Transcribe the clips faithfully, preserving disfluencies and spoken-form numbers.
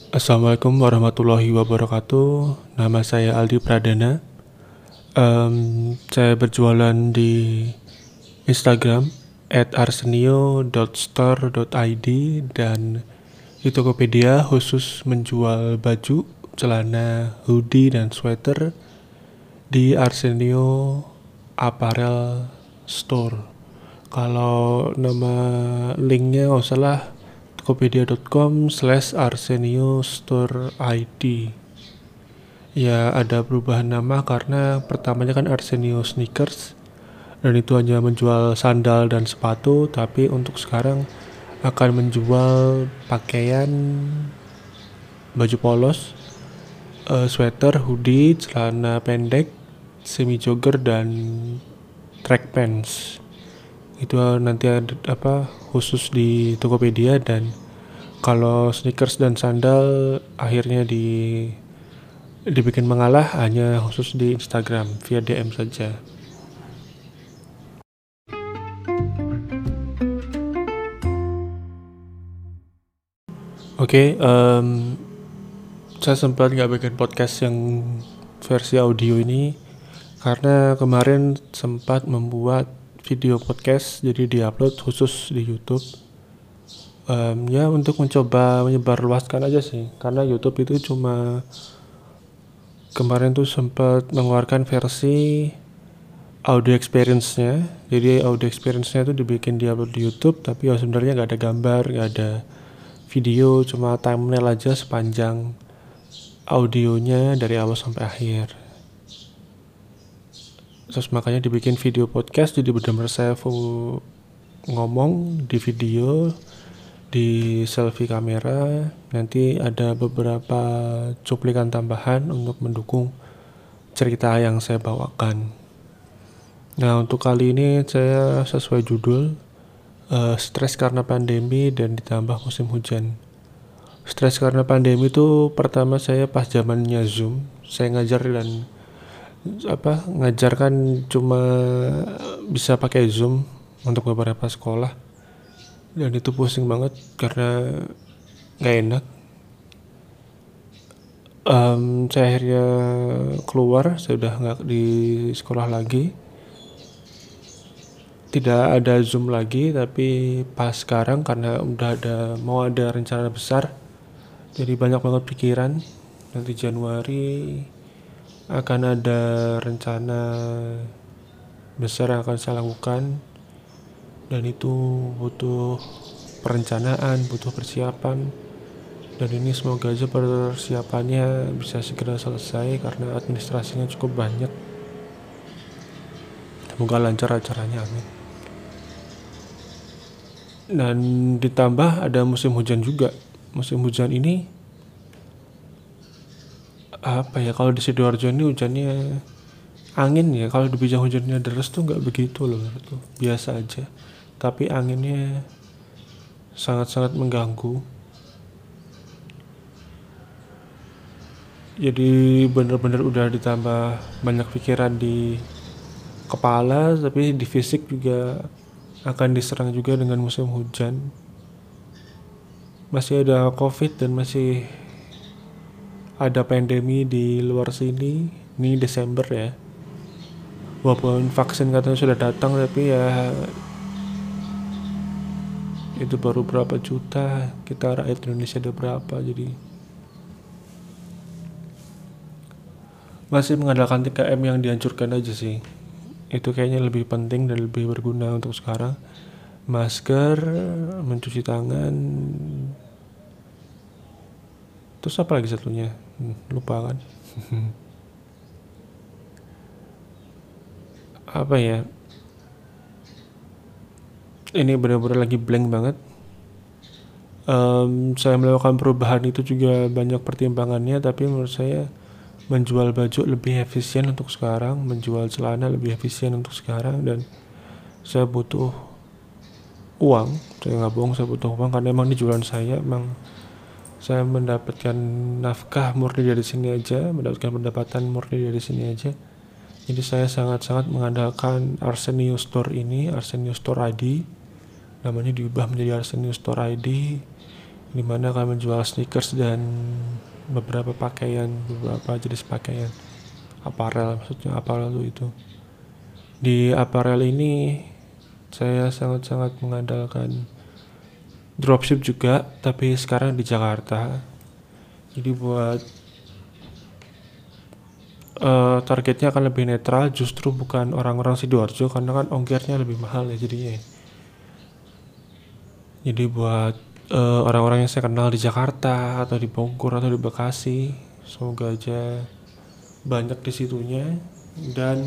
Assalamualaikum warahmatullahi wabarakatuh. Nama saya Aldi Pradana. Em, saya berjualan di Instagram at arsenio dot store dot i d dan di Tokopedia khusus menjual baju, celana, hoodie, dan sweater di Arsenio Apparel Store. Kalau nama linknya nggak usah lah, tokopedia dot com slash arsenio store id. Ya ada perubahan nama karena pertamanya kan Arsenio Sneakers dan itu hanya menjual sandal dan sepatu, tapi untuk sekarang akan menjual pakaian, baju polos, uh, sweater, hoodie, celana pendek, semi jogger, dan track pants. Itu nanti ada apa khusus di Tokopedia, dan kalau sneakers dan sandal akhirnya di dibikin mengalah hanya khusus di Instagram via D M saja. Oke, okay, um, saya sempat nggak bikin podcast yang versi audio ini karena kemarin sempat membuat video podcast, jadi diupload khusus di YouTube. Um, ya untuk mencoba menyebarluaskan aja sih, karena YouTube itu cuma kemarin tuh sempat mengeluarkan versi audio experience-nya. Jadi audio experience-nya itu dibikin diupload di YouTube, tapi ya sebenarnya nggak ada gambar, nggak ada video, cuma thumbnail aja sepanjang audionya dari awal sampai akhir. Terus makanya dibikin video podcast, jadi benar-benar saya full ngomong di video, di selfie kamera. Nanti ada beberapa cuplikan tambahan untuk mendukung cerita yang saya bawakan. Nah, untuk kali ini saya sesuai judul, uh, stres karena pandemi dan ditambah musim hujan. Stres karena pandemi itu pertama saya pas zamannya Zoom, saya ngajar dan apa ngajar kan cuma bisa pakai Zoom untuk beberapa sekolah, dan itu pusing banget karena nggak enak. Um, saya akhirnya keluar, saya udah nggak di sekolah lagi, tidak ada Zoom lagi. Tapi pas sekarang karena udah ada mau ada rencana besar, jadi banyak banget pikiran. Nanti Januari akan ada rencana besar yang akan saya lakukan, dan itu butuh perencanaan, butuh persiapan. Dan ini semoga aja persiapannya bisa segera selesai karena administrasinya cukup banyak. Semoga lancar acaranya, amin. Dan ditambah ada musim hujan juga. Musim hujan ini apa ya, kalau di Sidoarjo ini hujannya angin ya, kalau di Bijang hujannya deras tuh nggak begitu loh, itu biasa aja. Tapi anginnya sangat-sangat mengganggu. Jadi bener-bener udah ditambah banyak pikiran di kepala, tapi di fisik juga akan diserang juga dengan musim hujan. Masih ada COVID dan masih ada pandemi di luar sini. Ini Desember ya. Walaupun vaksin katanya sudah datang, tapi ya itu baru berapa juta, kita rakyat Indonesia ada berapa, jadi masih mengandalkan tiga M yang dianjurkan aja sih. Itu kayaknya lebih penting dan lebih berguna untuk sekarang. Masker, mencuci tangan, terus apa lagi satunya? Hmm, lupa kan. Apa ya? Ini benar-benar lagi blank banget. Um, saya melakukan perubahan itu juga banyak pertimbangannya, tapi menurut saya menjual baju lebih efisien untuk sekarang, menjual celana lebih efisien untuk sekarang, dan saya butuh uang. Saya nggak bohong, saya butuh uang karena emang ini jualan saya, emang saya mendapatkan nafkah murni dari sini aja, mendapatkan pendapatan murni dari sini aja. Jadi saya sangat-sangat mengandalkan Arsenio Store ini, Arsenio Store I D. Namanya diubah menjadi Arsenio Store I D. dimana kami menjual sneakers dan beberapa pakaian, beberapa jenis pakaian aparel, maksudnya aparel itu. Di aparel ini saya sangat-sangat mengandalkan dropship juga, tapi sekarang di Jakarta. Jadi buat uh, targetnya akan lebih netral, justru bukan orang-orang Sidoarjo karena kan ongkirnya lebih mahal ya jadinya. Jadi buat uh, orang-orang yang saya kenal di Jakarta atau di Bogor atau di Bekasi, semoga aja banyak di situnya dan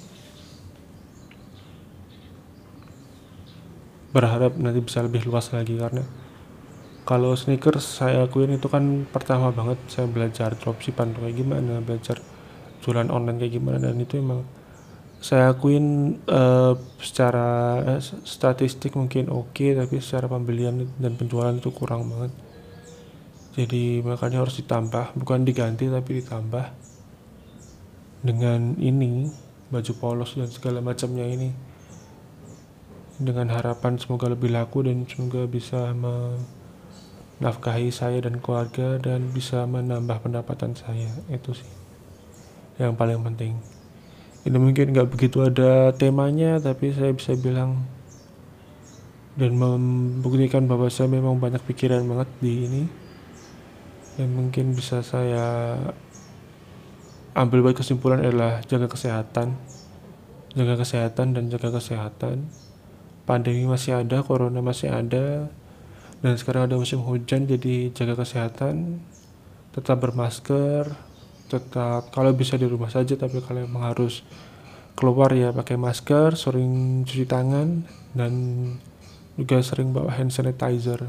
berharap nanti bisa lebih luas lagi, karena kalau sneakers saya akuin itu kan pertama banget saya belajar dropshipan kayak gimana, belajar jualan online kayak gimana, dan itu emang saya akuin uh, secara eh, statistik mungkin oke okay, tapi secara pembelian dan penjualan itu kurang banget. Jadi makanya harus ditambah, bukan diganti tapi ditambah dengan ini baju polos dan segala macamnya ini, dengan harapan semoga lebih laku dan semoga bisa menafkahi saya dan keluarga dan bisa menambah pendapatan saya. Itu sih yang paling penting. Ini mungkin gak begitu ada temanya, tapi saya bisa bilang dan membuktikan bahwa saya memang banyak pikiran banget di ini, dan mungkin bisa saya ambil buat kesimpulan adalah jaga kesehatan, jaga kesehatan dan jaga kesehatan. Pandemi masih ada, corona masih ada, dan sekarang ada musim hujan, jadi jaga kesehatan, tetap bermasker, tetap kalau bisa di rumah saja, tapi kalau memang harus keluar ya pakai masker, sering cuci tangan, dan juga sering bawa hand sanitizer.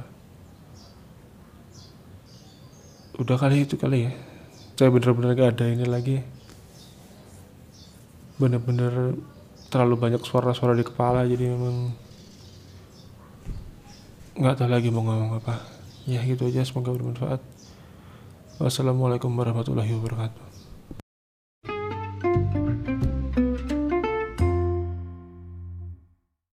Udah kali itu kali ya, saya bener-bener gak ada ini lagi, bener-bener terlalu banyak suara-suara di kepala, jadi memang gak tahu lagi mau ngomong apa. Ya gitu aja, semoga bermanfaat. Wassalamualaikum warahmatullahi wabarakatuh.